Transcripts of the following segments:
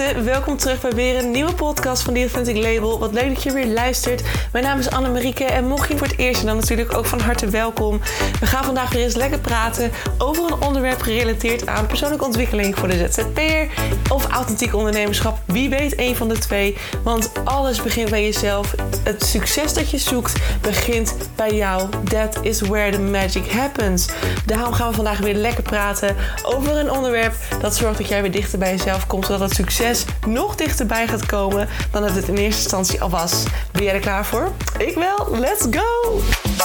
mensen, welkom terug bij weer een nieuwe podcast van The Authentic Label. Wat leuk dat je weer luistert. Mijn naam is Annemarieke en mocht je voor het eerst dan natuurlijk ook van harte welkom. We gaan vandaag weer eens lekker praten over een onderwerp gerelateerd aan persoonlijke ontwikkeling voor de ZZP'er of authentiek ondernemerschap. Wie weet een van de twee, want alles begint bij jezelf. Het succes dat je zoekt begint bij jou. That is where the magic happens. Daarom gaan we vandaag weer lekker praten over een onderwerp dat zorgt dat jij weer dichter bij jezelf komt, zodat het succes nog dichterbij gaat komen dan dat het in eerste instantie al was. Ben jij er klaar voor? Ik wel. Let's go!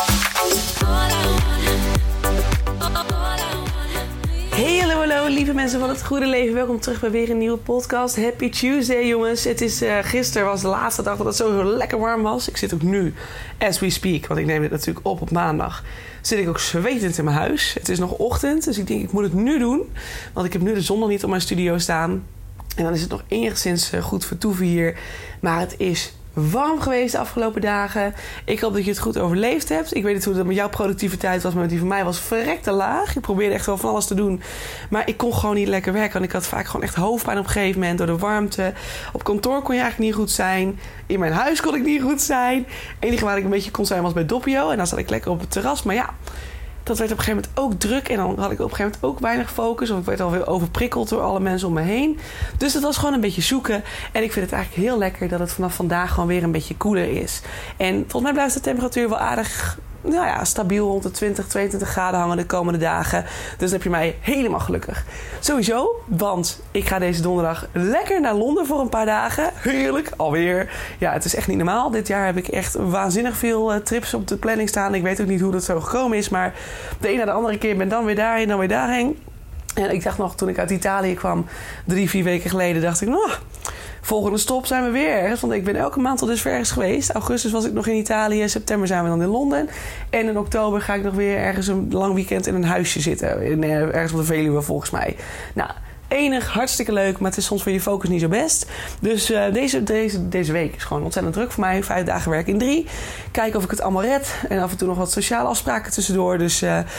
Hey, hallo, lieve mensen van het goede leven. Welkom terug bij weer een nieuwe podcast. Happy Tuesday, jongens. Het is gisteren was de laatste dag dat het zo lekker warm was. Ik zit ook nu, as we speak, want ik neem dit natuurlijk op maandag, zit ik ook zwetend in mijn huis. Het is nog ochtend, dus ik denk ik moet het nu doen. Want ik heb nu de zon nog niet op mijn studio staan. En dan is het nog enigszins goed vertoeven hier. Maar het is warm geweest de afgelopen dagen. Ik hoop dat je het goed overleefd hebt. Ik weet niet hoe het met jouw productiviteit was, maar die van mij was verrekte laag. Ik probeerde echt wel van alles te doen. Maar ik kon gewoon niet lekker werken. Want ik had vaak gewoon echt hoofdpijn op een gegeven moment door de warmte. Op kantoor kon je eigenlijk niet goed zijn. In mijn huis kon ik niet goed zijn. Het enige waar ik een beetje kon zijn was bij Doppio. En dan zat ik lekker op het terras. Maar ja, dat werd op een gegeven moment ook druk. En dan had ik op een gegeven moment ook weinig focus. Of ik werd alweer overprikkeld door alle mensen om me heen. Dus het was gewoon een beetje zoeken. En ik vind het eigenlijk heel lekker dat het vanaf vandaag gewoon weer een beetje koeler is. En volgens mij blijft de temperatuur wel aardig stabiel rond de 20, 22 graden hangen de komende dagen. Dus dan heb je mij helemaal gelukkig. Sowieso, want ik ga deze donderdag lekker naar Londen voor een paar dagen. Heerlijk, alweer. Ja, het is echt niet normaal. Dit jaar heb ik echt waanzinnig veel trips op de planning staan. Ik weet ook niet hoe dat zo gekomen is, maar de een na de andere keer ben dan weer daarheen, dan weer daarheen. En ik dacht nog, toen ik uit Italië kwam, 3-4 weken geleden, dacht ik, volgende stop zijn we weer ergens. Want ik ben elke maand al dus ergens geweest. Augustus was ik nog in Italië. September zijn we dan in Londen. En in oktober ga ik nog weer ergens een lang weekend in een huisje zitten. Ergens op de Veluwe volgens mij. Nou, enig, hartstikke leuk. Maar het is soms voor je focus niet zo best. Dus deze week is gewoon ontzettend druk voor mij. 5 dagen werk in 3. Kijken of ik het allemaal red. En af en toe nog wat sociale afspraken tussendoor. Dus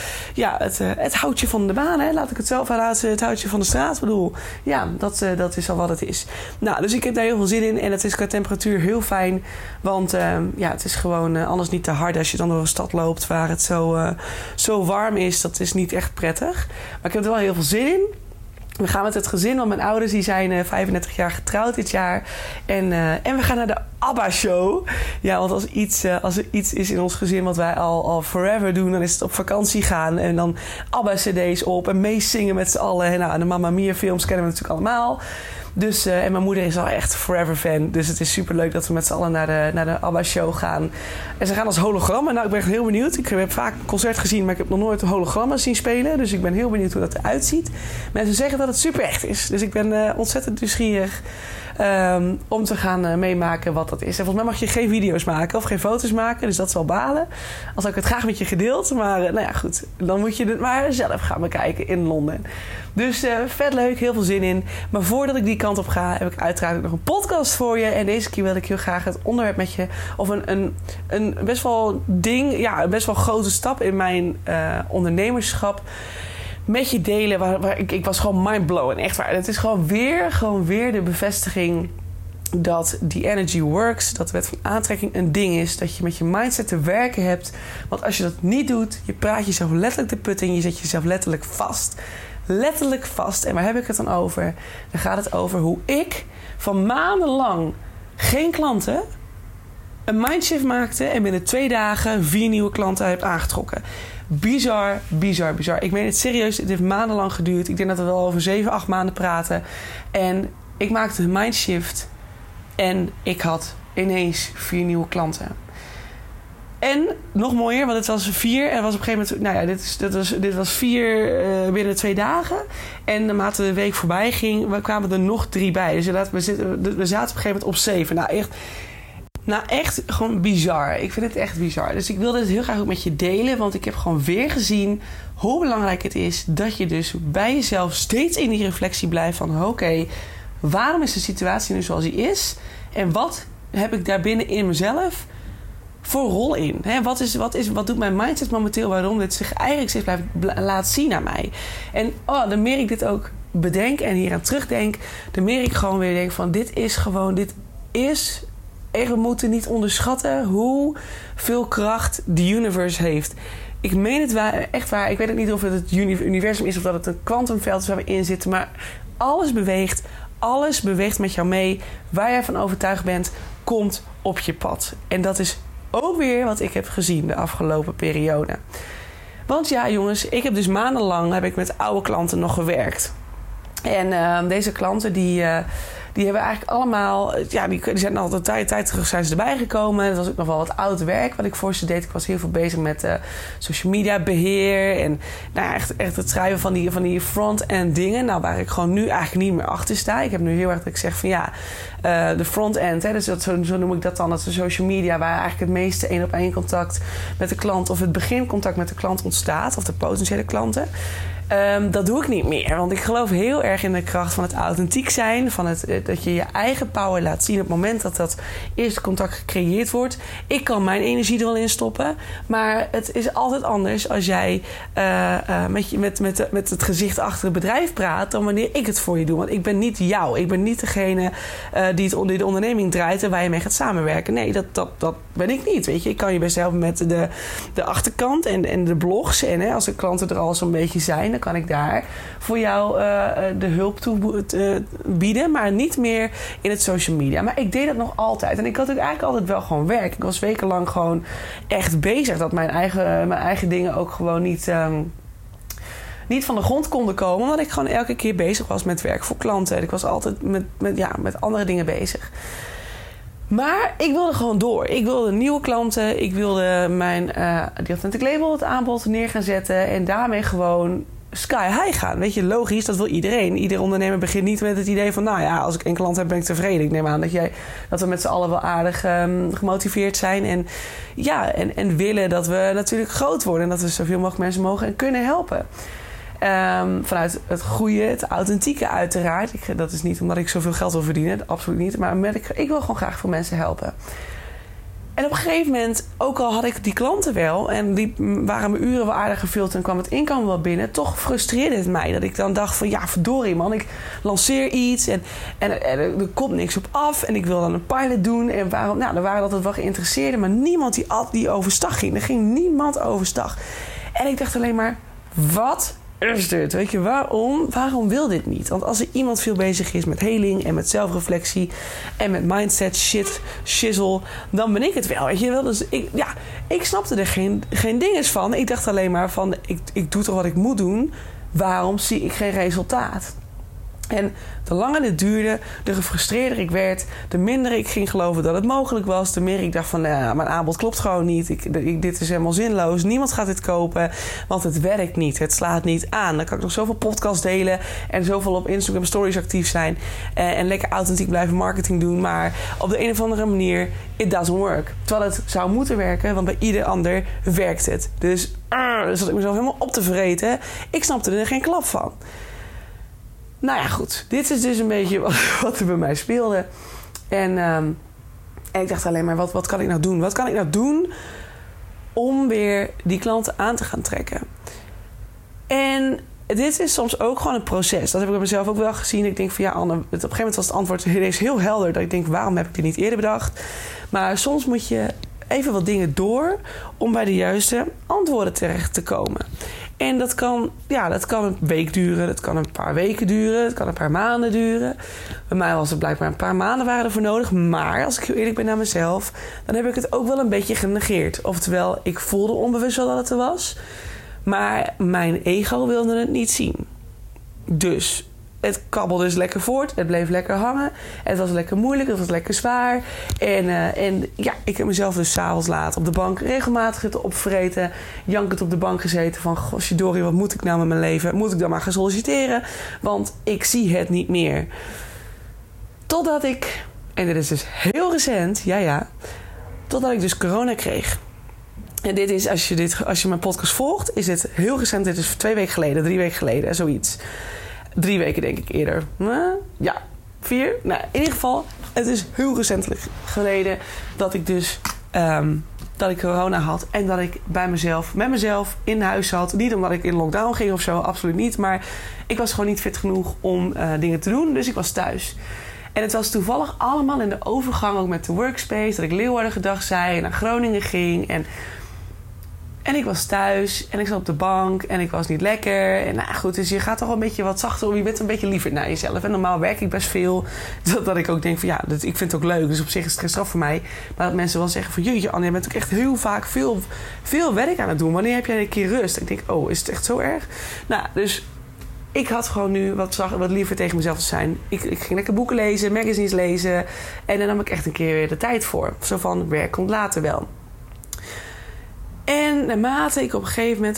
het houtje van de baan. Hè? Laat ik het zelf laten. Het houtje van de straat. Ik bedoel, ja, dat is al wat het is. Nou, dus ik heb daar heel veel zin in. En het is qua temperatuur heel fijn. Want het is gewoon anders niet te hard als je dan door een stad loopt waar het zo warm is. Dat is niet echt prettig. Maar ik heb er wel heel veel zin in. We gaan met het gezin, want mijn ouders die zijn 35 jaar getrouwd dit jaar. En we gaan naar de ABBA-show. Ja, want als er iets is in ons gezin wat wij al forever doen, dan is het op vakantie gaan. En dan ABBA-cd's op en meezingen met z'n allen. En de Mamma Mia films kennen we natuurlijk allemaal. Dus, en mijn moeder is al echt forever fan. Dus het is super leuk dat we met z'n allen naar de ABBA-show gaan. En ze gaan als hologrammen. Nou, ik ben echt heel benieuwd. Ik heb vaak een concert gezien, maar ik heb nog nooit hologrammen zien spelen. Dus ik ben heel benieuwd hoe dat eruit ziet. Mensen zeggen dat het super echt is. Dus ik ben ontzettend nieuwsgierig om te gaan meemaken wat dat is. En volgens mij mag je geen video's maken of geen foto's maken. Dus dat is wel balen. Als ik het graag met je gedeeld. Maar goed. Dan moet je het maar zelf gaan bekijken in Londen. Dus vet leuk. Heel veel zin in. Maar voordat ik die kant op ga, heb ik uiteraard nog een podcast voor je. En deze keer wil ik heel graag het onderwerp met je, of een best wel ding, ja, een best wel grote stap in mijn ondernemerschap met je delen. Waar ik was gewoon mindblown. Echt waar. Het is gewoon weer de bevestiging dat die energy works, dat de wet van aantrekking een ding is. Dat je met je mindset te werken hebt. Want als je dat niet doet, je praat jezelf letterlijk de put in. Je zet jezelf letterlijk vast. Letterlijk vast. En waar heb ik het dan over? Dan gaat het over hoe ik van maandenlang geen klanten een mindshift maakte en binnen 2 dagen 4 nieuwe klanten heb aangetrokken. Bizar. Ik meen het serieus. Het heeft maandenlang geduurd. Ik denk dat we wel over 7-8 maanden praten. En ik maakte een mindshift en ik had ineens 4 nieuwe klanten. En nog mooier, want het was 4. En was op een gegeven moment, dit was 4 binnen 2 dagen. En naarmate de week voorbij ging, kwamen er nog 3 bij. Dus inderdaad, we zaten op een gegeven moment op 7. Echt gewoon bizar. Ik vind het echt bizar. Dus ik wilde het heel graag ook met je delen. Want ik heb gewoon weer gezien hoe belangrijk het is dat je dus bij jezelf steeds in die reflectie blijft van oké, waarom is de situatie nu zoals die is? En wat heb ik daarbinnen in mezelf voor rol in? Wat doet mijn mindset momenteel waarom dit zich eigenlijk steeds blijft laten zien aan mij? En dan merk ik dit ook bedenk en hier aan terugdenk, de meer ik gewoon weer denk van dit is... We moeten niet onderschatten hoeveel kracht de universe heeft. Ik meen het echt waar. Ik weet ook niet of het universum is of dat het een kwantumveld is waar we in zitten. Maar alles beweegt. Alles beweegt met jou mee. Waar jij van overtuigd bent, komt op je pad. En dat is ook weer wat ik heb gezien de afgelopen periode. Want ja, jongens, ik heb dus maandenlang met oude klanten nog gewerkt. En deze klanten die hebben eigenlijk allemaal... Ja, die zijn al een tijd terug zijn ze erbij gekomen. Het was ook nog wel wat oud werk wat ik voor ze deed. Ik was heel veel bezig met social media beheer. En nou ja, echt het schrijven van die front-end dingen. Nou, waar ik gewoon nu eigenlijk niet meer achter sta. Ik heb nu heel erg dat ik zeg van ja... de front-end, dus zo noem ik dat dan. Dat is de social media waar eigenlijk het meeste 1-op-1 contact met de klant... of het begincontact met de klant ontstaat. Of de potentiële klanten. Dat doe ik niet meer. Want ik geloof heel erg in de kracht van het authentiek zijn. Van dat je je eigen power laat zien op het moment dat dat eerste contact gecreëerd wordt. Ik kan mijn energie er wel in stoppen. Maar het is altijd anders als jij met het gezicht achter het bedrijf praat... dan wanneer ik het voor je doe. Want ik ben niet jou. Ik ben niet degene die de onderneming draait en waar je mee gaat samenwerken. Nee, dat ben ik niet. Weet je? Ik kan je best helpen met de achterkant en de blogs. En als de klanten er al zo'n beetje zijn... dan kan ik daar voor jou de hulp toe bieden. Maar niet meer in het social media. Maar ik deed dat nog altijd. En ik had ook eigenlijk altijd wel gewoon werk. Ik was wekenlang gewoon echt bezig. Dat mijn eigen dingen ook gewoon niet van de grond konden komen. Omdat ik gewoon elke keer bezig was met werk voor klanten. Ik was altijd met andere dingen bezig. Maar ik wilde gewoon door. Ik wilde nieuwe klanten. Ik wilde mijn The Authentic Label, het aanbod, neer gaan zetten. En daarmee gewoon sky high gaan. Weet je, logisch, dat wil iedereen. Ieder ondernemer begint niet met het idee van... nou ja, als ik één klant heb, ben ik tevreden. Ik neem aan dat we met z'n allen wel aardig gemotiveerd zijn. En willen dat we natuurlijk groot worden. En dat we zoveel mogelijk mensen mogen en kunnen helpen. Vanuit het goede, het authentieke uiteraard. Dat is niet omdat ik zoveel geld wil verdienen. Absoluut niet. Maar ik wil gewoon graag veel mensen helpen. En op een gegeven moment, ook al had ik die klanten wel... en die waren mijn uren wel aardig gevuld en kwam het inkomen wel binnen... toch frustreerde het mij dat ik dan dacht van... ja, verdorie man, ik lanceer iets en er komt niks op af... en ik wil dan een pilot doen. En er waren altijd wel geïnteresseerden... maar niemand die overstag ging. Er ging niemand overstag. En ik dacht alleen maar, wat is dit? Weet je, waarom wil dit niet? Want als er iemand veel bezig is met heling en met zelfreflectie... en met mindset, shizzle, dan ben ik het wel. Weet je wel? Dus ik snapte er geen dinges van. Ik dacht alleen maar van, ik doe toch wat ik moet doen. Waarom zie ik geen resultaat? En de langer dit duurde, de gefrustreerder ik werd... de minder ik ging geloven dat het mogelijk was... de meer ik dacht van, mijn aanbod klopt gewoon niet. Dit is helemaal zinloos. Niemand gaat dit kopen, want het werkt niet. Het slaat niet aan. Dan kan ik nog zoveel podcasts delen... en zoveel op Instagram stories actief zijn... en lekker authentiek blijven marketing doen... maar op de een of andere manier, it doesn't work. Terwijl het zou moeten werken, want bij ieder ander werkt het. Dus zat ik mezelf helemaal op te vreten. Ik snapte er geen klap van. Nou ja, goed. Dit is dus een beetje wat er bij mij speelde. En ik dacht alleen maar, wat kan ik nou doen? Wat kan ik nou doen om weer die klanten aan te gaan trekken? En dit is soms ook gewoon een proces. Dat heb ik bij mezelf ook wel gezien. Ik denk van ja, Anne, op een gegeven moment was het antwoord ineens heel helder. Dat ik denk, waarom heb ik dit niet eerder bedacht? Maar soms moet je even wat dingen door om bij de juiste antwoorden terecht te komen. En dat kan een week duren, dat kan een paar weken duren, het kan een paar maanden duren. Bij mij was het blijkbaar een paar maanden waren ervoor nodig. Maar als ik heel eerlijk ben naar mezelf, dan heb ik het ook wel een beetje genegeerd. Oftewel, ik voelde onbewust wel dat het er was. Maar mijn ego wilde het niet zien. Dus het kabbelde dus lekker voort. Het bleef lekker hangen. Het was lekker moeilijk. Het was lekker zwaar. En ik heb mezelf dus 's avonds laat op de bank regelmatig zitten opvreten. Jankend op de bank gezeten van... Goshidori, wat moet ik nou met mijn leven? Moet ik dan maar gaan solliciteren? Want ik zie het niet meer. Totdat ik... En dit is dus heel recent. Totdat ik dus corona kreeg. En dit is, als je mijn podcast volgt... is dit heel recent. Dit is 2 weken geleden, 3 weken geleden. Zoiets. 3 weken denk ik eerder. 4. Nou, in ieder geval, het is heel recentelijk geleden dat ik dus dat ik corona had en dat ik met mezelf in huis zat. Niet omdat ik in lockdown ging of zo, absoluut niet. Maar ik was gewoon niet fit genoeg om dingen te doen. Dus ik was thuis. En het was toevallig allemaal in de overgang ook met de workspace. Dat ik Leeuwarden gedag zei en naar Groningen ging. En ik was thuis en ik zat op de bank en ik was niet lekker. En nou goed, dus je gaat toch een beetje wat zachter om. Je bent een beetje liever naar jezelf. En normaal werk ik best veel. Dat ik ook denk van ik vind het ook leuk. Dus op zich is het geen straf voor mij. Maar dat mensen wel zeggen van jeetje Anne, je bent ook echt heel vaak veel werk aan het doen. Wanneer heb jij een keer rust? Ik denk, is het echt zo erg? Nou, dus ik had gewoon nu wat liever tegen mezelf te zijn. Ik ging lekker boeken lezen, magazines lezen. En dan nam ik echt een keer weer de tijd voor. Zo van, werk komt later wel. En naarmate ik op een gegeven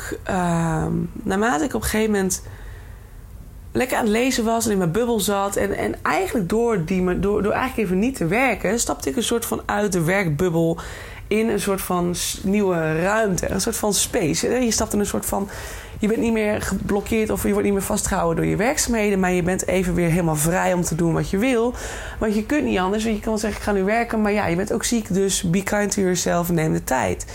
moment lekker aan het lezen was en in mijn bubbel zat. En eigenlijk door eigenlijk even niet te werken, stapte ik een soort van uit de werkbubbel in een soort van nieuwe ruimte. Een soort van space. Je stapt in een soort van. Je bent niet meer geblokkeerd of je wordt niet meer vastgehouden door je werkzaamheden. Maar je bent even weer helemaal vrij om te doen wat je wil. Want je kunt niet anders. Want je kan wel zeggen, ik ga nu werken. Maar ja, je bent ook ziek. Dus be kind to yourself en neem de tijd.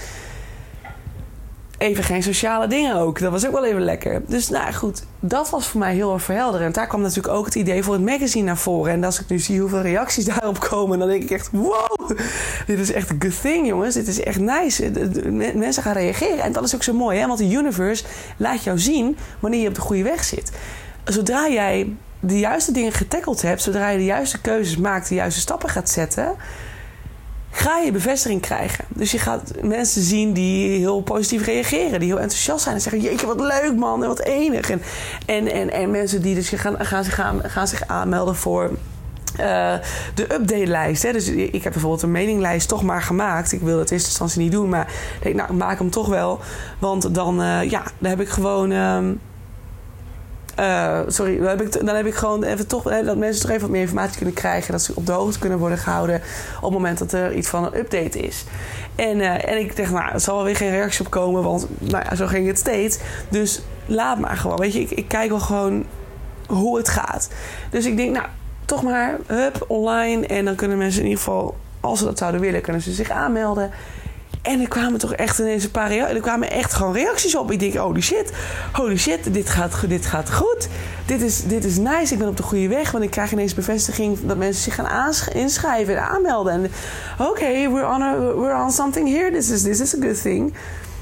Even geen sociale dingen ook. Dat was ook wel even lekker. Dus nou goed, dat was voor mij heel erg verhelderend. Daar kwam natuurlijk ook het idee voor het magazine naar voren. En als ik nu zie hoeveel reacties daarop komen, dan denk ik echt, wow, dit is echt een good thing, jongens. Dit is echt nice. Mensen gaan reageren. En dat is ook zo mooi, hè? Want de universe laat jou zien wanneer je op de goede weg zit. Zodra jij de juiste dingen getackeld hebt, zodra je de juiste keuzes maakt, de juiste stappen gaat zetten, ga je bevestiging krijgen. Dus je gaat mensen zien die heel positief reageren. Die heel enthousiast zijn en zeggen, jeetje, wat leuk man en wat enig. En mensen die dus gaan zich aanmelden voor de update-lijst. Hè. Dus ik heb bijvoorbeeld een meninglijst toch maar gemaakt. Ik wil het in eerste instantie niet doen, maar ik denk, ik maak hem toch wel. Want dan heb ik gewoon dan heb ik gewoon even toch dat mensen toch even wat meer informatie kunnen krijgen. Dat ze op de hoogte kunnen worden gehouden op het moment dat er iets van een update is. En ik dacht, er zal wel weer geen reactie op komen, want zo ging het steeds. Dus laat maar gewoon. Weet je, ik kijk wel gewoon hoe het gaat. Dus ik denk, toch maar, online. En dan kunnen mensen in ieder geval, als ze dat zouden willen, kunnen ze zich aanmelden. En er kwamen toch echt ineens een paar er kwamen echt gewoon reacties op. Ik denk, holy shit, dit gaat goed. Dit is nice, ik ben op de goede weg. Want ik krijg ineens bevestiging dat mensen zich gaan inschrijven en aanmelden. En oké, we're on something here. This is a good thing.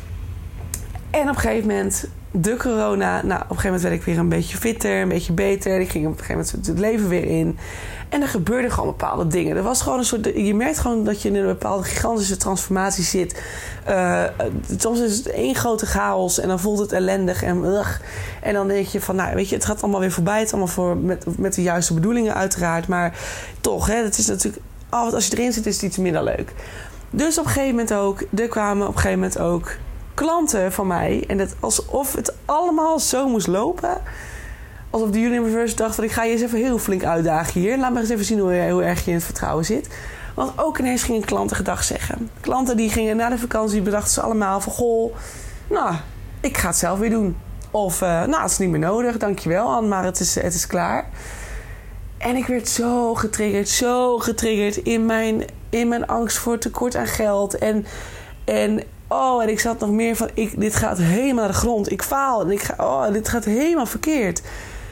En op een gegeven moment, de corona. Op een gegeven moment werd ik weer een beetje fitter, een beetje beter. Ik ging op een gegeven moment het leven weer in. En er gebeurden gewoon bepaalde dingen. Er was gewoon een soort. Je merkt gewoon dat je in een bepaalde gigantische transformatie zit. Soms is het één grote chaos en dan voelt het ellendig en ugh. En dan denk je van, weet je, het gaat allemaal weer voorbij. Het is allemaal met de juiste bedoelingen uiteraard. Maar toch, hè, het is natuurlijk. Als je erin zit, is het iets minder leuk. Dus op een gegeven moment ook. Er kwamen op een gegeven moment ook klanten van mij. En dat alsof het allemaal zo moest lopen. Alsof de universe dacht van, ik ga je eens even heel flink uitdagen hier. Laat maar eens even zien hoe erg je in het vertrouwen zit. Want ook ineens gingen klanten gedag zeggen. Klanten die gingen na de vakantie, bedachten ze allemaal van, goh, ik ga het zelf weer doen. Of, het is niet meer nodig, dankjewel Anne, maar het is klaar. En ik werd zo getriggerd in mijn angst voor tekort aan geld. En ik zat nog meer van, dit gaat helemaal naar de grond. Ik faal en dit gaat helemaal verkeerd.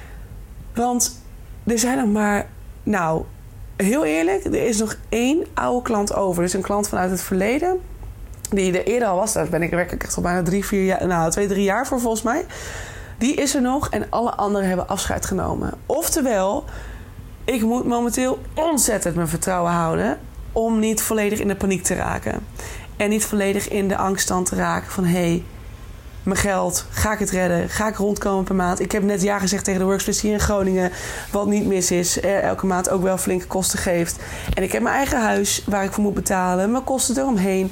Want er zijn nog maar, heel eerlijk, er is nog 1 oude klant over. Dus een klant vanuit het verleden, die er eerder al was. Daar ben ik werkelijk echt al bijna 2-3 jaar voor volgens mij. Die is er nog en alle anderen hebben afscheid genomen. Oftewel, ik moet momenteel ontzettend mijn vertrouwen houden om niet volledig in de paniek te raken. En niet volledig in de angststand te raken van, mijn geld, ga ik het redden? Ga ik rondkomen per maand? Ik heb net ja gezegd tegen de workspace hier in Groningen, wat niet mis is. Elke maand ook wel flinke kosten geeft. En ik heb mijn eigen huis waar ik voor moet betalen. Mijn kosten eromheen.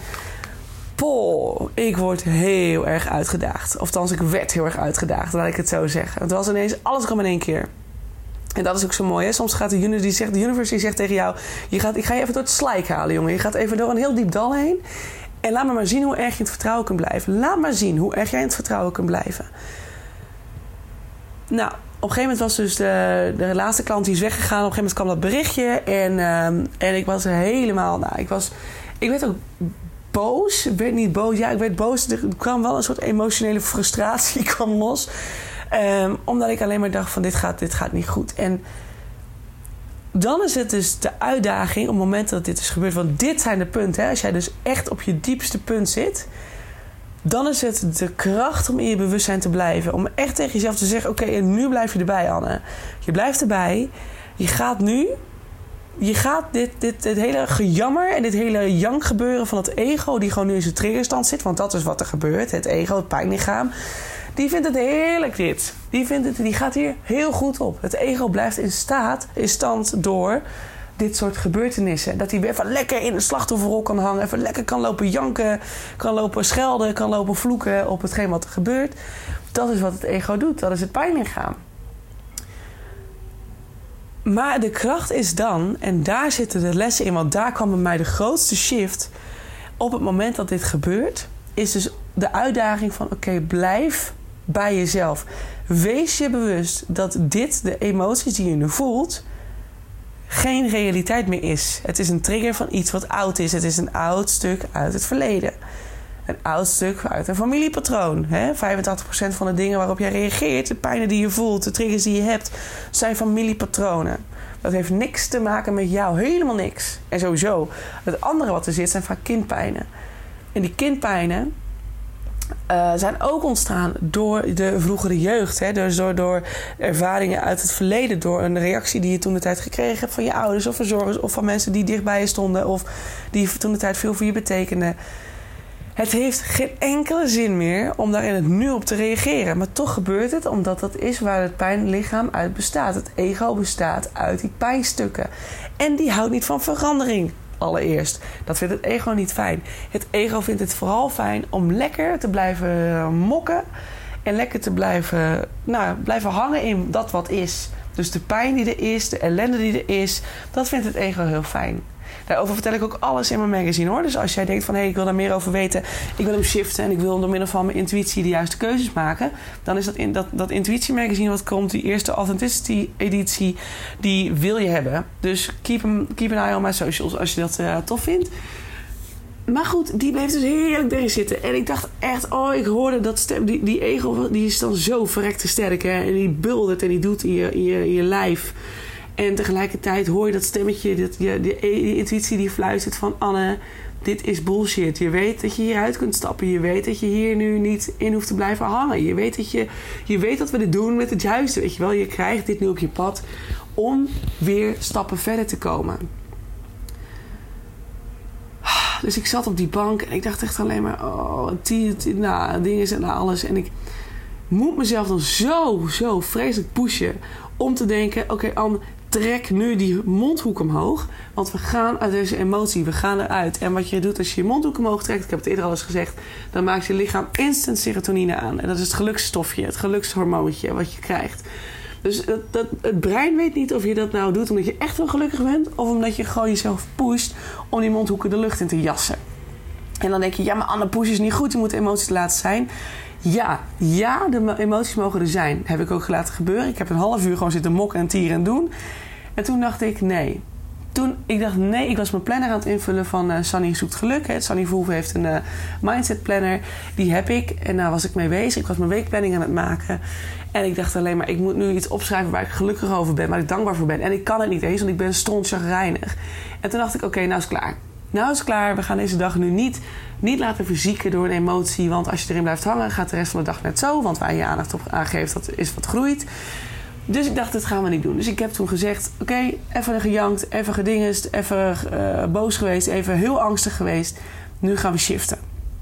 Ik word heel erg uitgedaagd. Althans, ik werd heel erg uitgedaagd, laat ik het zo zeggen. Het was ineens, alles kwam in één keer. En dat is ook zo mooi, hè? Soms gaat de universe die zegt tegen jou, ik ga je even door het slijk halen, jongen. Je gaat even door een heel diep dal heen. En laat me maar zien hoe erg je in het vertrouwen kunt blijven. Laat maar zien hoe erg jij in het vertrouwen kunt blijven. Op een gegeven moment was dus de laatste klant die is weggegaan. Op een gegeven moment kwam dat berichtje. En ik was helemaal, ik werd ook boos. Ik werd niet boos. Ja, ik werd boos. Er kwam wel een soort emotionele frustratie kwam los. Omdat ik alleen maar dacht van dit gaat niet goed. En dan is het dus de uitdaging op het moment dat dit is gebeurd. Want dit zijn de punten. Hè? Als jij dus echt op je diepste punt zit, dan is het de kracht om in je bewustzijn te blijven. Om echt tegen jezelf te zeggen, oké, en nu blijf je erbij, Anne. Je blijft erbij. Je gaat dit hele gejammer en dit hele jankgebeuren van het ego, die gewoon nu in zijn triggerstand zit, want dat is wat er gebeurt. Het ego, het pijnlichaam, die vindt het heerlijk dit. Die gaat hier heel goed op. Het ego blijft in stand door dit soort gebeurtenissen. Dat hij weer even lekker in een slachtofferrol kan hangen, even lekker kan lopen janken, kan lopen schelden, kan lopen vloeken op hetgeen wat er gebeurt. Dat is wat het ego doet. Dat is het pijnlichaam. Maar de kracht is dan, en daar zitten de lessen in, want daar kwam bij mij de grootste shift op het moment dat dit gebeurt, is dus de uitdaging van oké, blijf bij jezelf. Wees je bewust dat de emoties die je nu voelt, geen realiteit meer is. Het is een trigger van iets wat oud is. Het is een oud stuk uit het verleden. Een oud stuk uit een familiepatroon. 85% van de dingen waarop jij reageert, de pijnen die je voelt, de triggers die je hebt, zijn familiepatronen. Dat heeft niks te maken met jou. Helemaal niks. En sowieso, het andere wat er zit, zijn vaak kindpijnen. En die kindpijnen zijn ook ontstaan door de vroegere jeugd. Hè? Dus door ervaringen uit het verleden. Door een reactie die je toen de tijd gekregen hebt van je ouders of verzorgers of van mensen die dichtbij je stonden of die toen de tijd veel voor je betekenden. Het heeft geen enkele zin meer om daar in het nu op te reageren. Maar toch gebeurt het, omdat dat is waar het pijnlichaam uit bestaat. Het ego bestaat uit die pijnstukken. En die houdt niet van verandering, allereerst. Dat vindt het ego niet fijn. Het ego vindt het vooral fijn om lekker te blijven mokken. En lekker te blijven hangen in dat wat is. Dus de pijn die er is, de ellende die er is, dat vindt het ego heel fijn. Daarover vertel ik ook alles in mijn magazine, hoor. Dus als jij denkt van, ik wil daar meer over weten, ik wil hem shiften en ik wil door middel van mijn intuïtie de juiste keuzes maken, dan is dat intuïtie magazine wat komt, die eerste authenticity editie, die wil je hebben. Dus keep an eye on my socials als je dat tof vindt. Maar goed, die bleef dus heerlijk erin zitten. En ik dacht echt, ik hoorde dat stem, die ego, die is dan zo verrekte sterk, hè. En die buldert en die doet in je lijf. En tegelijkertijd hoor je dat stemmetje, die intuïtie die fluistert van, Anne, dit is bullshit. Je weet dat je hieruit kunt stappen. Je weet dat je hier nu niet in hoeft te blijven hangen. Je weet dat we dit doen met het juiste. Weet je wel, je krijgt dit nu op je pad om weer stappen verder te komen. Dus ik zat op die bank en ik dacht echt alleen maar, dingen en alles. En ik moet mezelf dan zo vreselijk pushen om te denken, oké, Anne, trek nu die mondhoek omhoog. Want we gaan uit deze emotie. We gaan eruit. En wat je doet als je je mondhoek omhoog trekt, ik heb het eerder al eens gezegd, dan maakt je lichaam instant serotonine aan. En dat is het geluksstofje, het gelukshormoontje wat je krijgt. Dus het brein weet niet of je dat nou doet omdat je echt wel gelukkig bent, of omdat je gewoon jezelf pusht om die mondhoeken de lucht in te jassen. En dan denk je, ja, maar Anne, push is niet goed. Je moet emoties laten zijn. Ja, de emoties mogen er zijn. Heb ik ook laten gebeuren. Ik heb een half uur gewoon zitten mokken en tieren en doen. En toen dacht ik, nee. Ik was mijn planner aan het invullen van Sunny Zoekt Geluk. Sunny Verhoeven heeft een mindset planner. Die heb ik. En daar was ik mee bezig. Ik was mijn weekplanning aan het maken. En ik dacht alleen maar, ik moet nu iets opschrijven waar ik gelukkig over ben. Waar ik dankbaar voor ben. En ik kan het niet eens, want ik ben strontchagrijnig. En toen dacht ik, oké, nou is het klaar. Nou is het klaar. We gaan deze dag nu niet laten verzieken door een emotie. Want als je erin blijft hangen, gaat de rest van de dag net zo. Want waar je aandacht op aangeeft, dat is wat groeit. Dus ik dacht, dit gaan we niet doen. Dus ik heb toen gezegd, oké, even gejankt, even gedingest, even boos geweest, even heel angstig geweest. Nu gaan we shiften.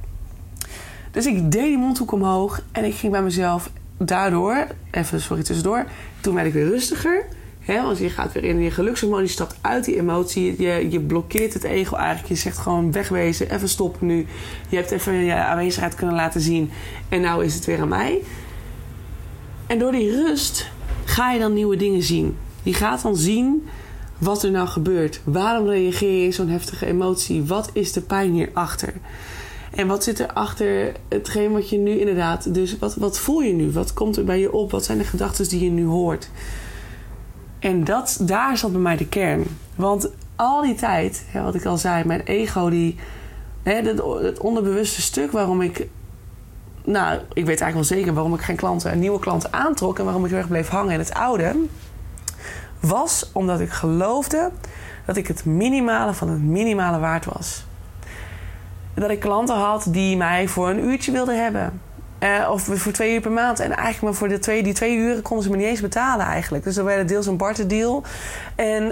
Dus ik deed die mondhoek omhoog en ik ging bij mezelf daardoor, tussendoor, toen werd ik weer rustiger. Want je gaat weer in je gelukshormoon, je stapt uit die emotie. Je blokkeert het ego eigenlijk. Je zegt gewoon wegwezen, even stoppen nu. Je hebt even je aanwezigheid kunnen laten zien. En nou is het weer aan mij. En door die rust ga je dan nieuwe dingen zien. Je gaat dan zien wat er nou gebeurt. Waarom reageer je in zo'n heftige emotie? Wat is de pijn hierachter? En wat zit er achter hetgeen wat je nu inderdaad... Dus wat voel je nu? Wat komt er bij je op? Wat zijn de gedachten die je nu hoort? En daar zat bij mij de kern. Want al die tijd, wat ik al zei, mijn ego die Het onderbewuste stuk waarom ik... Nou, ik weet eigenlijk wel zeker waarom ik geen nieuwe klanten aantrok... en waarom ik heel erg bleef hangen in het oude... was omdat ik geloofde dat ik het minimale van het minimale waard was. Dat ik klanten had die mij voor een uurtje wilden hebben. Of voor 2 uur per maand. En eigenlijk maar voor die 2 uren konden ze me niet eens betalen eigenlijk. Dus dan werd het deels een barterdeal. En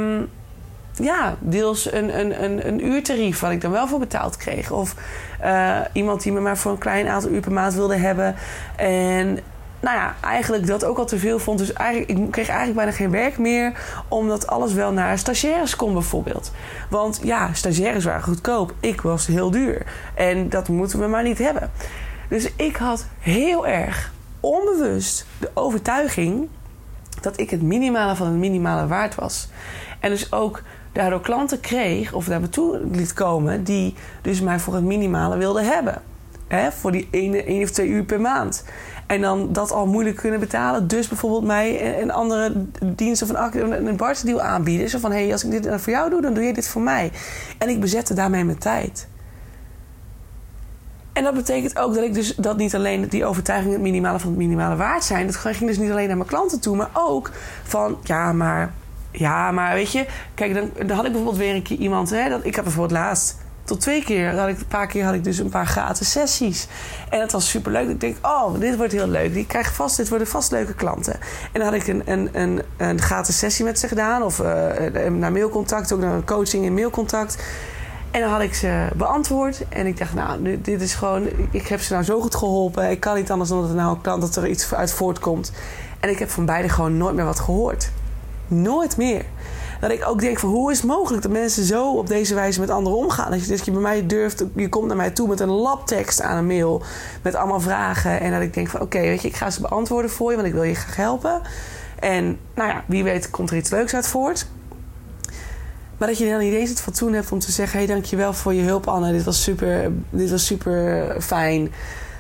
deels een uurtarief wat ik dan wel voor betaald kreeg. Of iemand die me maar voor een klein aantal uur per maand wilde hebben. En eigenlijk dat ook al te veel vond. Dus eigenlijk, ik kreeg eigenlijk bijna geen werk meer. Omdat alles wel naar stagiaires kon bijvoorbeeld. Want stagiaires waren goedkoop. Ik was heel duur. En dat moeten we maar niet hebben. Dus ik had heel erg onbewust de overtuiging... dat ik het minimale van het minimale waard was. En dus ook daardoor klanten kreeg... of naar me toe liet komen... die dus mij voor het minimale wilden hebben. Voor die 1 of 2 uur per maand. En dan dat al moeilijk kunnen betalen. Dus bijvoorbeeld mij een andere dienst of een barterdeal aanbieden. Zo van, als ik dit voor jou doe, dan doe je dit voor mij. En ik bezette daarmee mijn tijd. En dat betekent ook dat ik dus dat niet alleen die overtuiging het minimale van het minimale waard zijn. Dat ging dus niet alleen naar mijn klanten toe, maar ook van ja, maar weet je, kijk, dan had ik bijvoorbeeld weer een keer iemand, ik had bijvoorbeeld laatst tot 2 keer, een paar keer had ik dus een paar gratis sessies. En dat was superleuk. Ik denk, dit wordt heel leuk. Dit worden vast leuke klanten. En dan had ik een gratis sessie met ze gedaan. Of naar mailcontact, ook naar een coaching in mailcontact. En dan had ik ze beantwoord. En ik dacht, dit is gewoon... Ik heb ze nou zo goed geholpen. Ik kan niet anders dan dat er iets uit voortkomt. En ik heb van beide gewoon nooit meer wat gehoord. Nooit meer. Dat ik ook denk van, hoe is het mogelijk dat mensen zo op deze wijze met anderen omgaan? Dat je bij mij durft, je komt naar mij toe met een labtekst aan een mail. Met allemaal vragen. En dat ik denk van, oké, weet je, ik ga ze beantwoorden voor je. Want ik wil je graag helpen. En wie weet komt er iets leuks uit voort. Maar dat je dan niet eens het fatsoen hebt om te zeggen... hey, dankjewel voor je hulp, Anne. Dit was super fijn.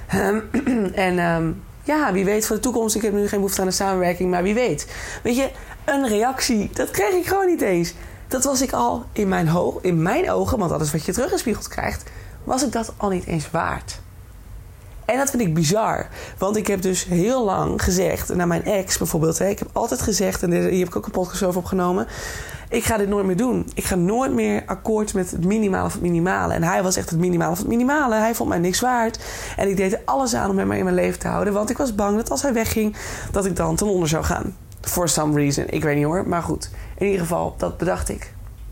Wie weet voor de toekomst... ik heb nu geen behoefte aan een samenwerking, maar wie weet. Weet je, een reactie, dat kreeg ik gewoon niet eens. Dat was ik al in mijn ogen... want dat is wat je teruggespiegeld krijgt... was ik dat al niet eens waard. En dat vind ik bizar. Want ik heb dus heel lang gezegd... naar mijn ex bijvoorbeeld... ik heb altijd gezegd... en hier heb ik ook een podcast over opgenomen... ik ga dit nooit meer doen. Ik ga nooit meer akkoord met het minimale van het minimale. En hij was echt het minimale van het minimale. Hij vond mij niks waard. En ik deed er alles aan om hem in mijn leven te houden. Want ik was bang dat als hij wegging... dat ik dan ten onder zou gaan. For some reason. Ik weet niet hoor, maar goed. In ieder geval, dat bedacht ik.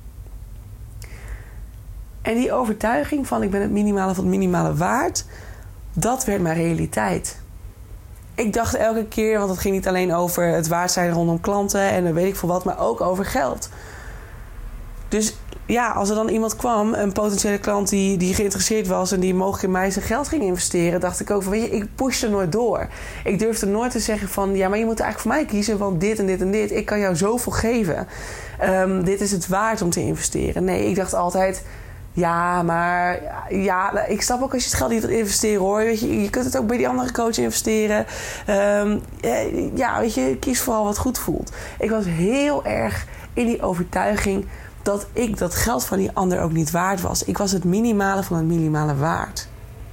En die overtuiging van... ik ben het minimale van het minimale waard... dat werd mijn realiteit. Ik dacht elke keer, want het ging niet alleen over het waard zijn rondom klanten en dan weet ik veel wat, maar ook over geld. Dus als er dan iemand kwam, een potentiële klant die geïnteresseerd was en die mogelijk in mij zijn geld ging investeren, dacht ik ook van, weet je, ik pushte nooit door. Ik durfde nooit te zeggen van, maar je moet eigenlijk voor mij kiezen, want dit en dit en dit, ik kan jou zoveel geven. Dit is het waard om te investeren. Nee, ik dacht altijd... ik snap ook als je het geld niet wilt investeren hoor. Weet je kunt het ook bij die andere coach investeren. Weet je, kies vooral wat goed voelt. Ik was heel erg in die overtuiging dat ik dat geld van die ander ook niet waard was. Ik was het minimale van het minimale waard.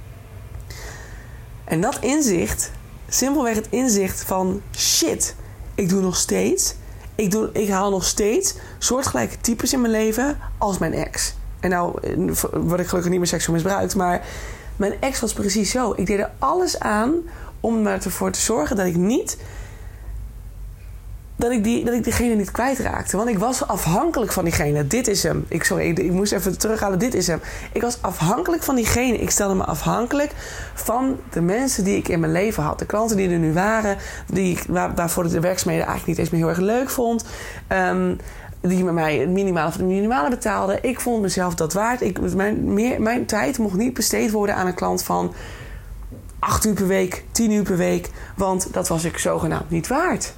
En dat inzicht, simpelweg het inzicht van shit, ik doe nog steeds. Ik haal nog steeds soortgelijke types in mijn leven als mijn ex. En nou word ik gelukkig niet meer seksueel misbruikt. Maar mijn ex was precies zo. Ik deed er alles aan om ervoor te zorgen dat ik niet... dat ik diegene niet kwijtraakte. Want ik was afhankelijk van diegene. Dit is hem. Ik moest even terughalen. Dit is hem. Ik was afhankelijk van diegene. Ik stelde me afhankelijk van de mensen die ik in mijn leven had. De klanten die er nu waren. Waarvoor ik de werkzaamheden eigenlijk niet eens meer heel erg leuk vond. Die met mij het minimale van het minimale betaalde. Ik vond mezelf dat waard. Mijn tijd mocht niet besteed worden aan een klant van 8 uur per week, 10 uur per week. Want dat was ik zogenaamd niet waard.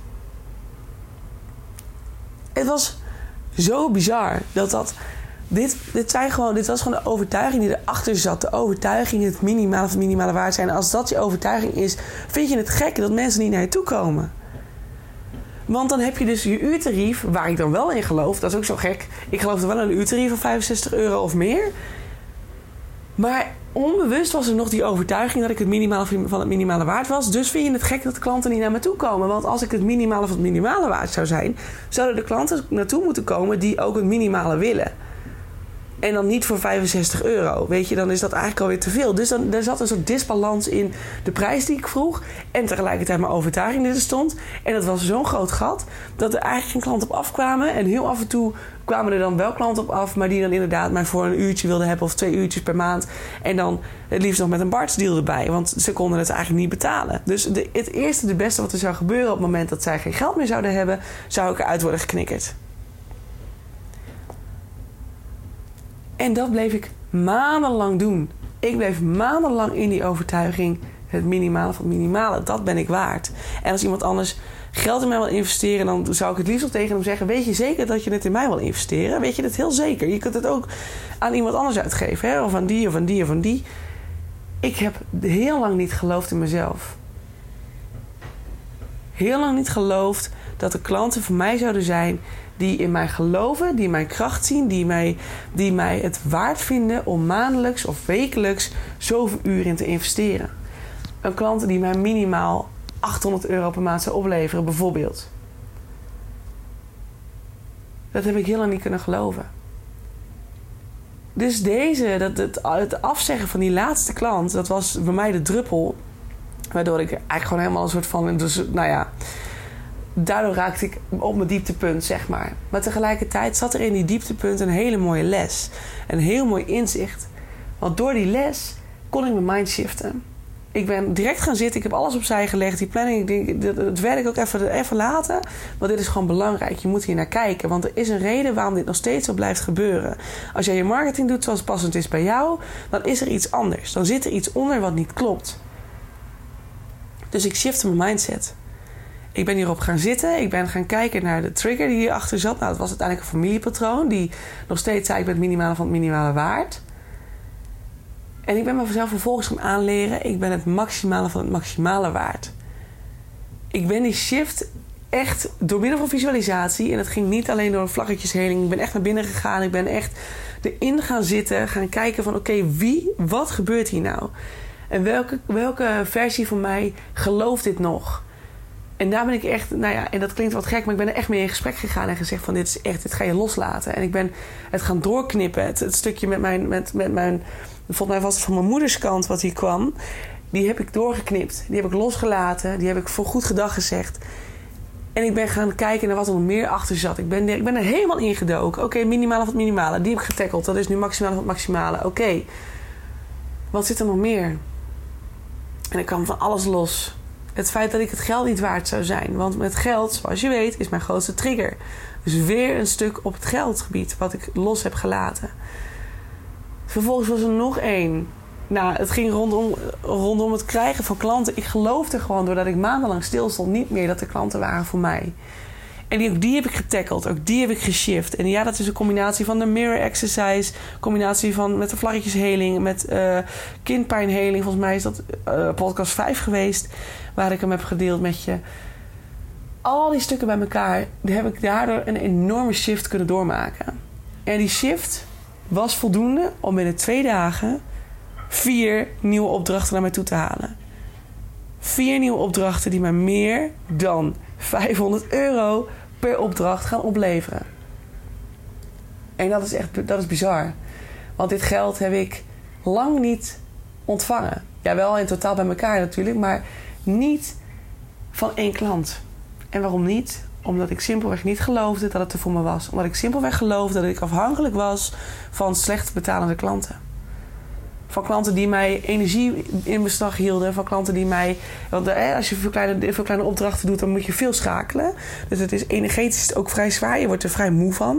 Het was zo bizar dit was gewoon de overtuiging die erachter zat. De overtuiging het minimale van het minimale waard zijn. En als dat je overtuiging is, vind je het gek dat mensen niet naar je toe komen. Want dan heb je dus je uurtarief, waar ik dan wel in geloof. Dat is ook zo gek. Ik geloof er wel in een uurtarief van €65 of meer. Maar onbewust was er nog die overtuiging dat ik het minimale van het minimale waard was. Dus vind je het gek dat de klanten niet naar me toe komen. Want als ik het minimale van het minimale waard zou zijn, zouden de klanten naartoe moeten komen die ook het minimale willen. En dan niet voor €65. Weet je, dan is dat eigenlijk alweer te veel. Dus er zat een soort disbalans in de prijs die ik vroeg. En tegelijkertijd mijn overtuiging die er stond. En dat was zo'n groot gat dat er eigenlijk geen klanten op afkwamen. En heel af en toe kwamen er dan wel klanten op af. Maar die dan inderdaad mij voor een uurtje wilden hebben. Of 2 uurtjes per maand. En dan het liefst nog met een bartsdeal erbij. Want ze konden het eigenlijk niet betalen. Dus het eerste, de beste wat er zou gebeuren op het moment dat zij geen geld meer zouden hebben, zou ik eruit worden geknikkerd. En dat bleef ik maandenlang doen. Ik bleef maandenlang in die overtuiging. Het minimale van het minimale. Dat ben ik waard. En als iemand anders geld in mij wil investeren, dan zou ik het liefst tegen hem zeggen: weet je zeker dat je het in mij wil investeren? Weet je dat heel zeker? Je kunt het ook aan iemand anders uitgeven. Hè? Of aan die, of aan die, of aan die. Ik heb heel lang niet geloofd in mezelf. Heel lang niet geloofd dat de klanten voor mij zouden zijn die in mij geloven, die mijn kracht zien, die mij het waard vinden om maandelijks of wekelijks zoveel uur in te investeren. Een klant die mij minimaal €800 per maand zou opleveren, bijvoorbeeld. Dat heb ik heel lang niet kunnen geloven. Dus het afzeggen van die laatste klant, dat was bij mij de druppel, waardoor ik eigenlijk gewoon helemaal een soort van, dus, daardoor raakte ik op mijn dieptepunt, zeg maar. Maar tegelijkertijd zat er in die dieptepunt een hele mooie les. Een heel mooi inzicht. Want door die les kon ik mijn mind shiften. Ik ben direct gaan zitten. Ik heb alles opzij gelegd. Die planning, het werk ook even laten. Want dit is gewoon belangrijk. Je moet hier naar kijken. Want er is een reden waarom dit nog steeds zo blijft gebeuren. Als jij je marketing doet zoals het passend is bij jou, dan is er iets anders. Dan zit er iets onder wat niet klopt. Dus ik shifte mijn mindset. Ik ben hierop gaan zitten. Ik ben gaan kijken naar de trigger die hierachter zat. Nou, dat was uiteindelijk een familiepatroon die nog steeds zei: ik ben het minimale van het minimale waard. En ik ben mezelf vervolgens gaan aanleren: ik ben het maximale van het maximale waard. Ik ben die shift echt door middel van visualisatie. En het ging niet alleen door een vlaggetjesheling. Ik ben echt naar binnen gegaan. Ik ben echt erin gaan zitten. Gaan kijken van oké, wat gebeurt hier nou? En welke versie van mij gelooft dit nog? En daar ben ik echt, en dat klinkt wat gek, maar ik ben er echt mee in gesprek gegaan en gezegd van dit ga je loslaten. En ik ben het gaan doorknippen. Het stukje met mijn, volgens mij was het van mijn moeders kant wat hier kwam. Die heb ik doorgeknipt. Die heb ik losgelaten. Die heb ik voor goed gedag gezegd. En ik ben gaan kijken naar wat er nog meer achter zat. Ik ben er helemaal ingedoken. Oké, minimale van het minimale. Die heb ik getackled. Dat is nu maximale van het maximale. Oké. Wat zit er nog meer? En ik kwam van alles los. Het feit dat ik het geld niet waard zou zijn. Want met geld, zoals je weet, is mijn grootste trigger. Dus weer een stuk op het geldgebied wat ik los heb gelaten. Vervolgens was er nog één. Nou, het ging rondom het krijgen van klanten. Ik geloofde gewoon, doordat ik maandenlang stilstond, niet meer dat er klanten waren voor mij. En die heb ik getackled. Ook die heb ik geshift. En ja, dat is een combinatie van de mirror exercise. Combinatie van met de vlaggetjesheling. Met kindpijnheling. Volgens mij is dat podcast 5 geweest. Waar ik hem heb gedeeld met je. Al die stukken bij elkaar. Heb ik daardoor een enorme shift kunnen doormaken. En die shift was voldoende om binnen 2 dagen 4 nieuwe opdrachten naar mij toe te halen. 4 nieuwe opdrachten die mij meer dan €500 per opdracht gaan opleveren. En dat is bizar. Want dit geld heb ik lang niet ontvangen. Ja, wel in totaal bij elkaar natuurlijk, maar niet van 1 klant. En waarom niet? Omdat ik simpelweg niet geloofde dat het er voor me was. Omdat ik simpelweg geloofde dat ik afhankelijk was van slecht betalende klanten. Van klanten die mij energie in beslag hielden. Van klanten die mij... Want als je veel kleine opdrachten doet, dan moet je veel schakelen. Dus het is energetisch ook vrij zwaar. Je wordt er vrij moe van.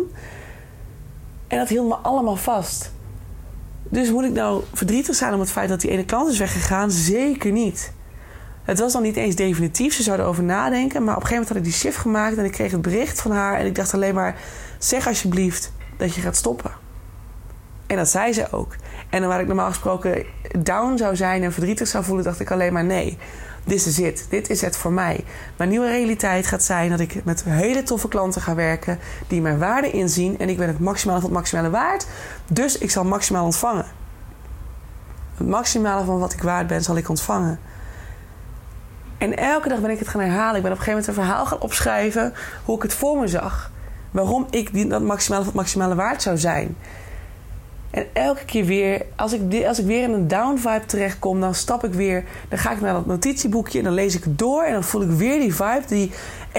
En dat hield me allemaal vast. Dus moet ik nou verdrietig zijn om het feit dat die ene klant is weggegaan? Zeker niet. Het was dan niet eens definitief. Ze zouden erover nadenken. Maar op een gegeven moment had ik die shift gemaakt. En ik kreeg het bericht van haar. En ik dacht alleen maar... Zeg alsjeblieft dat je gaat stoppen. En dat zei ze ook. En dan waar ik normaal gesproken down zou zijn en verdrietig zou voelen, dacht ik alleen maar nee. This is it. Dit is het voor mij. Mijn nieuwe realiteit gaat zijn dat ik met hele toffe klanten ga werken die mijn waarde inzien. En ik ben het maximale van het maximale waard. Dus ik zal maximaal ontvangen. Het maximale van wat ik waard ben, zal ik ontvangen. En elke dag ben ik het gaan herhalen. Ik ben op een gegeven moment een verhaal gaan opschrijven hoe ik het voor me zag. Waarom ik dat maximale van het maximale waard zou zijn. En elke keer weer, als ik weer in een down vibe terechtkom, dan stap ik weer, dan ga ik naar dat notitieboekje en dan lees ik het door en dan voel ik weer die vibe, die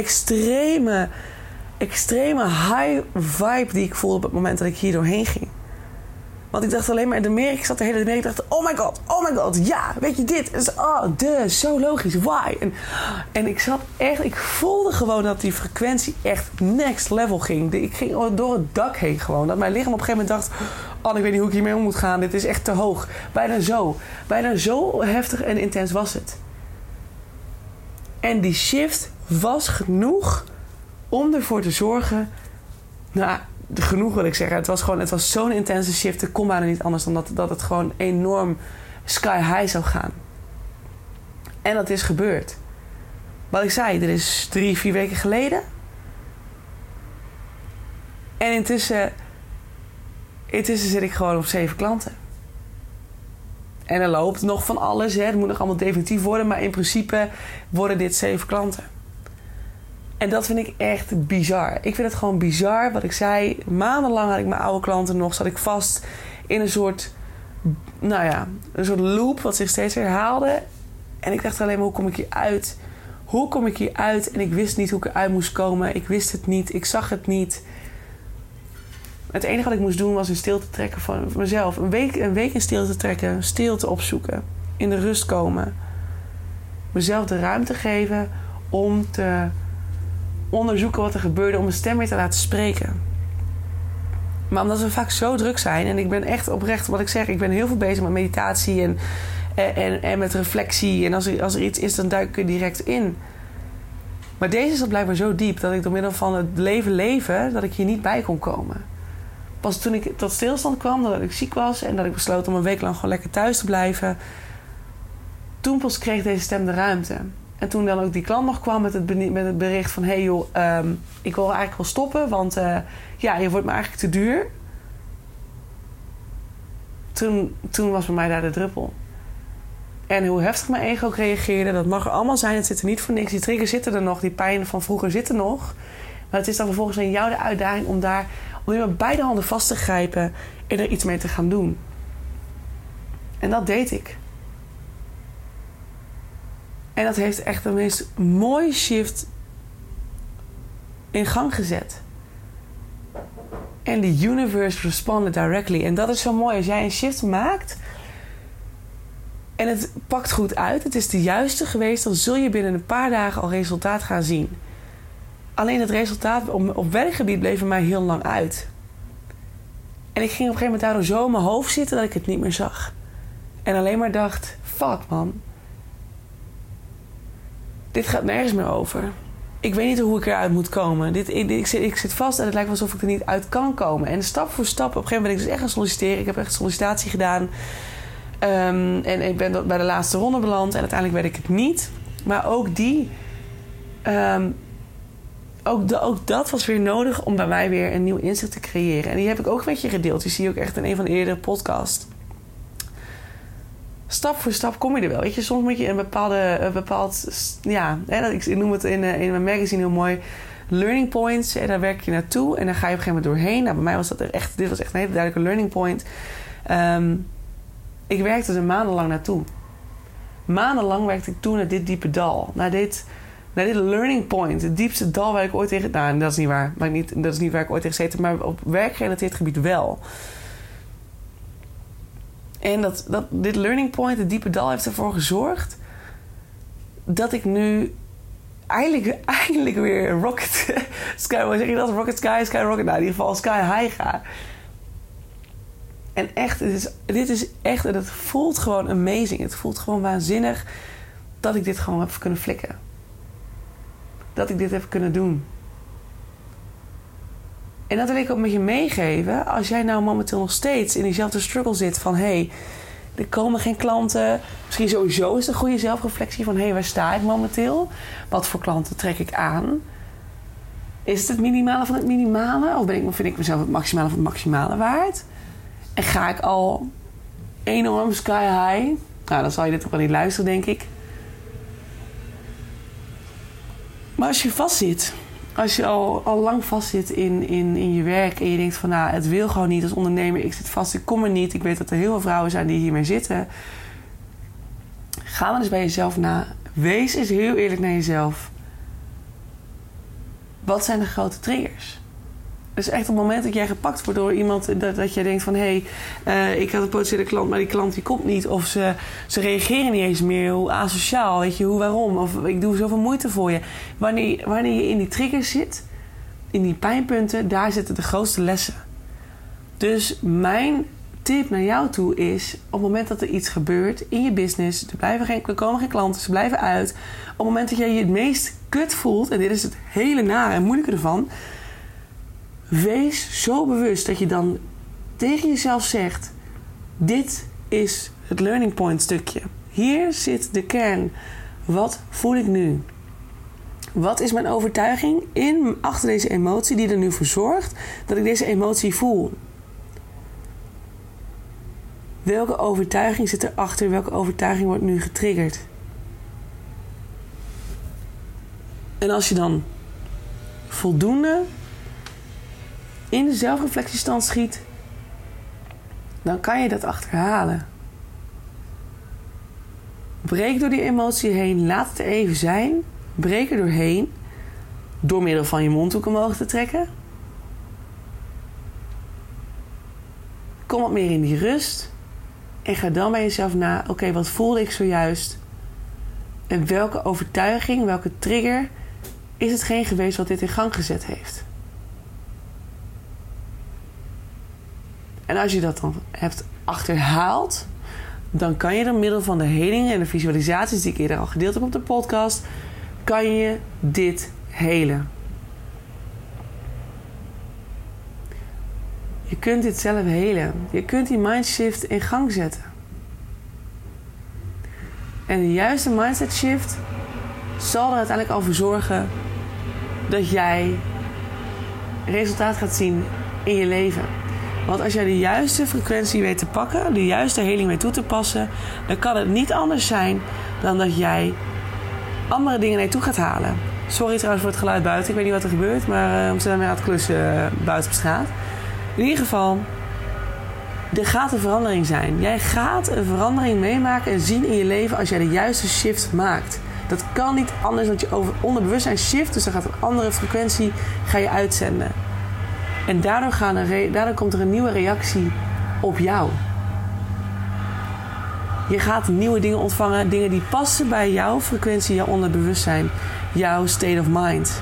extreme high vibe die ik voelde op het moment dat ik hier doorheen ging. Want ik dacht alleen maar, ik zat de hele dag, ik dacht, oh my god, ja, weet je dit? Is zo logisch, why? En ik voelde gewoon dat die frequentie echt next level ging. Ik ging door het dak heen gewoon. Dat mijn lichaam op een gegeven moment dacht, ik weet niet hoe ik hiermee om moet gaan, dit is echt te hoog. Bijna zo heftig en intens was het. En die shift was genoeg om ervoor te zorgen, genoeg wil ik zeggen. Het was zo'n intense shift. Het kon bijna niet anders dan dat het gewoon enorm sky high zou gaan. En dat is gebeurd. Wat ik zei, dit is 3-4 weken geleden. En intussen zit ik gewoon op 7 klanten. En er loopt nog van alles. Het moet nog allemaal definitief worden. Maar in principe worden dit 7 klanten. En dat vind ik echt bizar. Ik vind het gewoon bizar. Wat ik zei, maandenlang had ik mijn oude klanten nog. Zat ik vast in een soort loop wat zich steeds herhaalde. En ik dacht alleen maar, hoe kom ik hier uit? Hoe kom ik hier uit? En ik wist niet hoe ik eruit moest komen. Ik wist het niet. Ik zag het niet. Het enige wat ik moest doen was in stilte trekken van mezelf. Een week in stilte trekken. Stilte opzoeken. In de rust komen. Mezelf de ruimte geven om te onderzoeken wat er gebeurde, om mijn stem weer te laten spreken. Maar omdat we vaak zo druk zijn, en ik ben echt oprecht, wat ik zeg, ik ben heel veel bezig met meditatie en met reflectie. En als er iets is, dan duik ik er direct in. Maar deze zat blijkbaar zo diep dat ik door middel van het leven, dat ik hier niet bij kon komen. Pas toen ik tot stilstand kwam, dat ik ziek was en dat ik besloot om een week lang gewoon lekker thuis te blijven, toen pas kreeg deze stem de ruimte. En toen dan ook die klant nog kwam met het bericht van, hey joh, ik wil eigenlijk wel stoppen, want je wordt me eigenlijk te duur. Toen was bij mij daar de druppel. En hoe heftig mijn ego ook reageerde, dat mag er allemaal zijn. Het zit er niet voor niks. Die triggers zitten er nog, die pijn van vroeger zit er nog. Maar het is dan vervolgens aan jou de uitdaging om nu met beide handen vast te grijpen en er iets mee te gaan doen. En dat deed ik. En dat heeft echt de meest mooie shift in gang gezet. En the universe responded directly. En dat is zo mooi. Als jij een shift maakt en het pakt goed uit, het is de juiste geweest, dan zul je binnen een paar dagen al resultaat gaan zien. Alleen het resultaat op werkgebied bleef er mij heel lang uit. En ik ging op een gegeven moment daardoor zo in mijn hoofd zitten dat ik het niet meer zag. En alleen maar dacht, fuck man. Dit gaat nergens meer over. Ik weet niet hoe ik eruit moet komen. Ik zit vast en het lijkt alsof ik er niet uit kan komen. En stap voor stap, op een gegeven moment ben ik dus echt gaan solliciteren. Ik heb echt sollicitatie gedaan. En ik ben bij de laatste ronde beland. En uiteindelijk werd ik het niet. Maar ook ook dat was weer nodig om bij mij weer een nieuw inzicht te creëren. En die heb ik ook met je gedeeld. Die zie je ook echt in een van de eerdere podcasts. Stap voor stap kom je er wel. Weet je, soms moet je een bepaald ik noem het in mijn magazine heel mooi, learning points. En daar werk je naartoe en dan ga je op een gegeven moment doorheen. Nou, bij mij was dit was echt een hele duidelijke learning point. Ik werkte er maandenlang naartoe. Maandenlang werkte ik toe naar dit diepe dal. Naar dit learning point. Het diepste dal waar ik ooit tegen... Nou, dat is niet waar. Dat is niet waar ik ooit tegen gezeten. Maar op werkgerelateerd gebied wel. En dit learning point, het diepe dal, heeft ervoor gezorgd dat ik nu eindelijk weer rocket sky, hoe zeg je dat? Rocket sky, sky rocket. Nou, in ieder geval sky high ga. En echt, dit is echt, en het voelt gewoon amazing. Het voelt gewoon waanzinnig dat ik dit gewoon heb kunnen flikken. Dat ik dit heb kunnen doen. En dat wil ik ook met je meegeven. Als jij nou momenteel nog steeds in diezelfde struggle zit van, hey, er komen geen klanten. Misschien sowieso is het een goede zelfreflectie van, hey, waar sta ik momenteel? Wat voor klanten trek ik aan? Is het minimale van het minimale? Of vind ik mezelf het maximale van het maximale waard? En ga ik al enorm sky high. Nou, dan zal je dit ook wel niet luisteren, denk ik. Maar als je vastzit, als je al lang vastzit in je werk en je denkt van, nou, het wil gewoon niet als ondernemer, ik zit vast, ik kom er niet. Ik weet dat er heel veel vrouwen zijn die hiermee zitten. Ga dan eens bij jezelf na. Wees eens heel eerlijk naar jezelf. Wat zijn de grote triggers? Dus echt op het moment dat jij gepakt wordt door iemand, dat jij denkt van, hé, ik had een potentiële klant, maar die klant die komt niet. Of ze reageren niet eens meer. Hoe asociaal, weet je, waarom? Of ik doe zoveel moeite voor je. Wanneer je in die triggers zit, in die pijnpunten, daar zitten de grootste lessen. Dus mijn tip naar jou toe is, op het moment dat er iets gebeurt in je business, er komen geen klanten, ze blijven uit. Op het moment dat jij je het meest kut voelt, en dit is het hele nare en moeilijke ervan, wees zo bewust dat je dan tegen jezelf zegt, dit is het learning point stukje. Hier zit de kern. Wat voel ik nu? Wat is mijn overtuiging achter deze emotie die er nu voor zorgt dat ik deze emotie voel? Welke overtuiging zit erachter? Welke overtuiging wordt nu getriggerd? En als je dan voldoende in de zelfreflectiestand schiet, dan kan je dat achterhalen. Breek door die emotie heen. Laat het er even zijn. Breek er doorheen. Door middel van je mondhoek omhoog te trekken. Kom wat meer in die rust. En ga dan bij jezelf na. Oké, wat voelde ik zojuist? En welke overtuiging, welke trigger is hetgeen geweest wat dit in gang gezet heeft? En als je dat dan hebt achterhaald, dan kan je door middel van de heling en de visualisaties die ik eerder al gedeeld heb op de podcast, kan je dit helen. Je kunt dit zelf helen. Je kunt die mindshift in gang zetten. En de juiste mindset shift zal er uiteindelijk al voor zorgen dat jij resultaat gaat zien in je leven. Want als jij de juiste frequentie weet te pakken, de juiste heling weet toe te passen, dan kan het niet anders zijn dan dat jij andere dingen naar je toe gaat halen. Sorry trouwens voor het geluid buiten. Ik weet niet wat er gebeurt, maar we zijn weer aan het klussen buiten op straat. In ieder geval, er gaat een verandering zijn. Jij gaat een verandering meemaken en zien in je leven als jij de juiste shift maakt. Dat kan niet anders, want je onderbewustzijn shift, dus dan gaat een andere frequentie ga je uitzenden. En daardoor komt er een nieuwe reactie op jou. Je gaat nieuwe dingen ontvangen, dingen die passen bij jouw frequentie, jouw onderbewustzijn, jouw state of mind.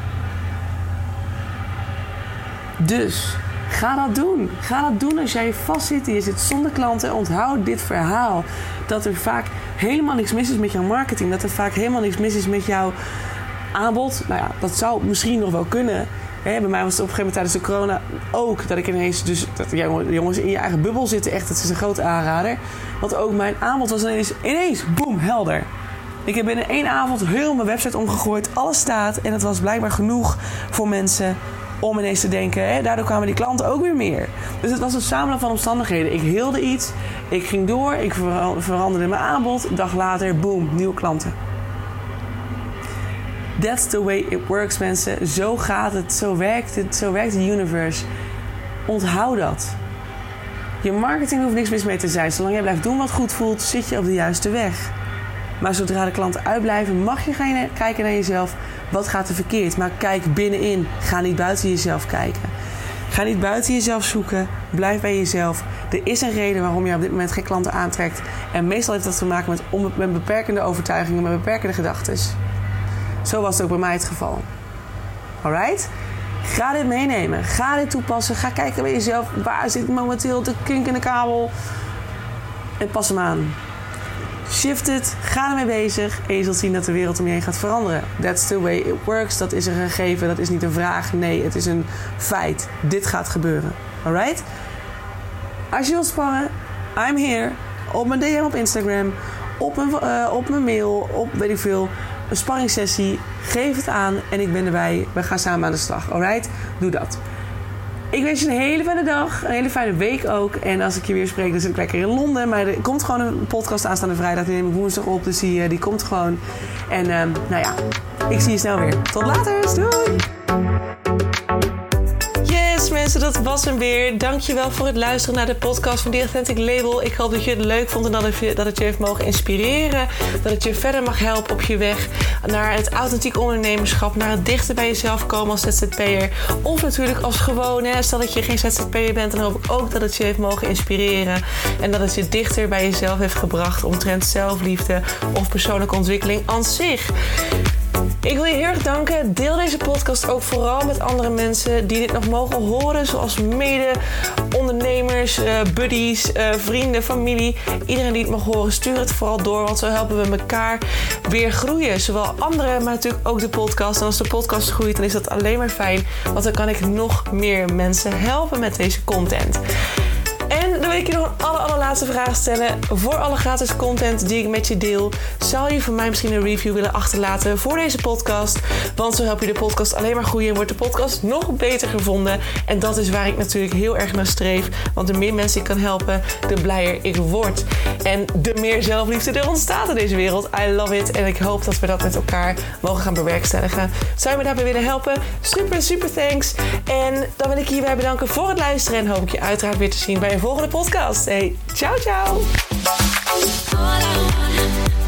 Dus ga dat doen. Ga dat doen als jij vastzit en je zit zonder klanten. Onthoud dit verhaal. Dat er vaak helemaal niks mis is met jouw marketing. Dat er vaak helemaal niks mis is met jouw aanbod. Nou ja, dat zou misschien nog wel kunnen. Bij mij was het op een gegeven moment tijdens de corona ook dat ik ineens, dus dat jongens in je eigen bubbel zitten, echt, dat is een grote aanrader. Want ook mijn aanbod was ineens boem, helder. Ik heb binnen 1 avond heel mijn website omgegooid, alles staat en het was blijkbaar genoeg voor mensen om ineens te denken, daardoor kwamen die klanten ook weer meer. Dus het was een samenloop van omstandigheden. Ik heelde iets, ik ging door, ik veranderde mijn aanbod, een dag later, boem, nieuwe klanten. That's the way it works, mensen. Zo gaat het, zo werkt het, zo werkt de universe. Onthoud dat. Je marketing hoeft niks mis mee te zijn. Zolang jij blijft doen wat goed voelt, zit je op de juiste weg. Maar zodra de klanten uitblijven, mag je gaan kijken naar jezelf. Wat gaat er verkeerd? Maar kijk binnenin. Ga niet buiten jezelf kijken. Ga niet buiten jezelf zoeken. Blijf bij jezelf. Er is een reden waarom je op dit moment geen klanten aantrekt. En meestal heeft dat te maken met beperkende overtuigingen, met beperkende gedachten. Zo was het ook bij mij het geval. Alright? Ga dit meenemen. Ga dit toepassen. Ga kijken bij jezelf. Waar zit momenteel de kink in de kabel? En pas hem aan. Shift het. Ga ermee bezig. En je zult zien dat de wereld om je heen gaat veranderen. That's the way it works. Dat is een gegeven. Dat is niet een vraag. Nee, het is een feit. Dit gaat gebeuren. Alright? Als je wilt sparren, I'm here. Op mijn DM op Instagram. Op mijn mail. Op weet ik veel. Een sparringssessie. Geef het aan en ik ben erbij. We gaan samen aan de slag. Alright? Doe dat. Ik wens je een hele fijne dag, een hele fijne week ook. En als ik je weer spreek, dan zit ik lekker in Londen. Maar er komt gewoon een podcast aanstaande vrijdag. Die neem ik woensdag op, dus die komt gewoon. En ik zie je snel weer. Tot later, doei! Yes mensen, dat was hem weer. Dankjewel voor het luisteren naar de podcast van The Authentic Label. Ik hoop dat je het leuk vond en dat het je heeft mogen inspireren. Dat het je verder mag helpen op je weg naar het authentiek ondernemerschap. Naar het dichter bij jezelf komen als ZZP'er. Of natuurlijk als gewone. Stel dat je geen ZZP'er bent, dan hoop ik ook dat het je heeft mogen inspireren. En dat het je dichter bij jezelf heeft gebracht omtrent zelfliefde of persoonlijke ontwikkeling aan zich. Ik wil je heel erg danken. Deel deze podcast ook vooral met andere mensen die dit nog mogen horen. Zoals mede-ondernemers, buddies, vrienden, familie. Iedereen die het mag horen, stuur het vooral door. Want zo helpen we elkaar weer groeien. Zowel anderen, maar natuurlijk ook de podcast. En als de podcast groeit, dan is dat alleen maar fijn. Want dan kan ik nog meer mensen helpen met deze content. En dan wil ik je nog een allerlaatste vraag stellen. Voor alle gratis content die ik met je deel, zou je voor mij misschien een review willen achterlaten voor deze podcast? Want zo help je de podcast alleen maar groeien en wordt de podcast nog beter gevonden. En dat is waar ik natuurlijk heel erg naar streef. Want de meer mensen ik kan helpen, de blijer ik word. En de meer zelfliefde er ontstaat in deze wereld. I love it. En ik hoop dat we dat met elkaar mogen gaan bewerkstelligen. Zou je me daarbij willen helpen? Super thanks. En dan wil ik je hierbij bedanken voor het luisteren. En hoop ik je uiteraard weer te zien bij een volgende podcast. Hey, ciao.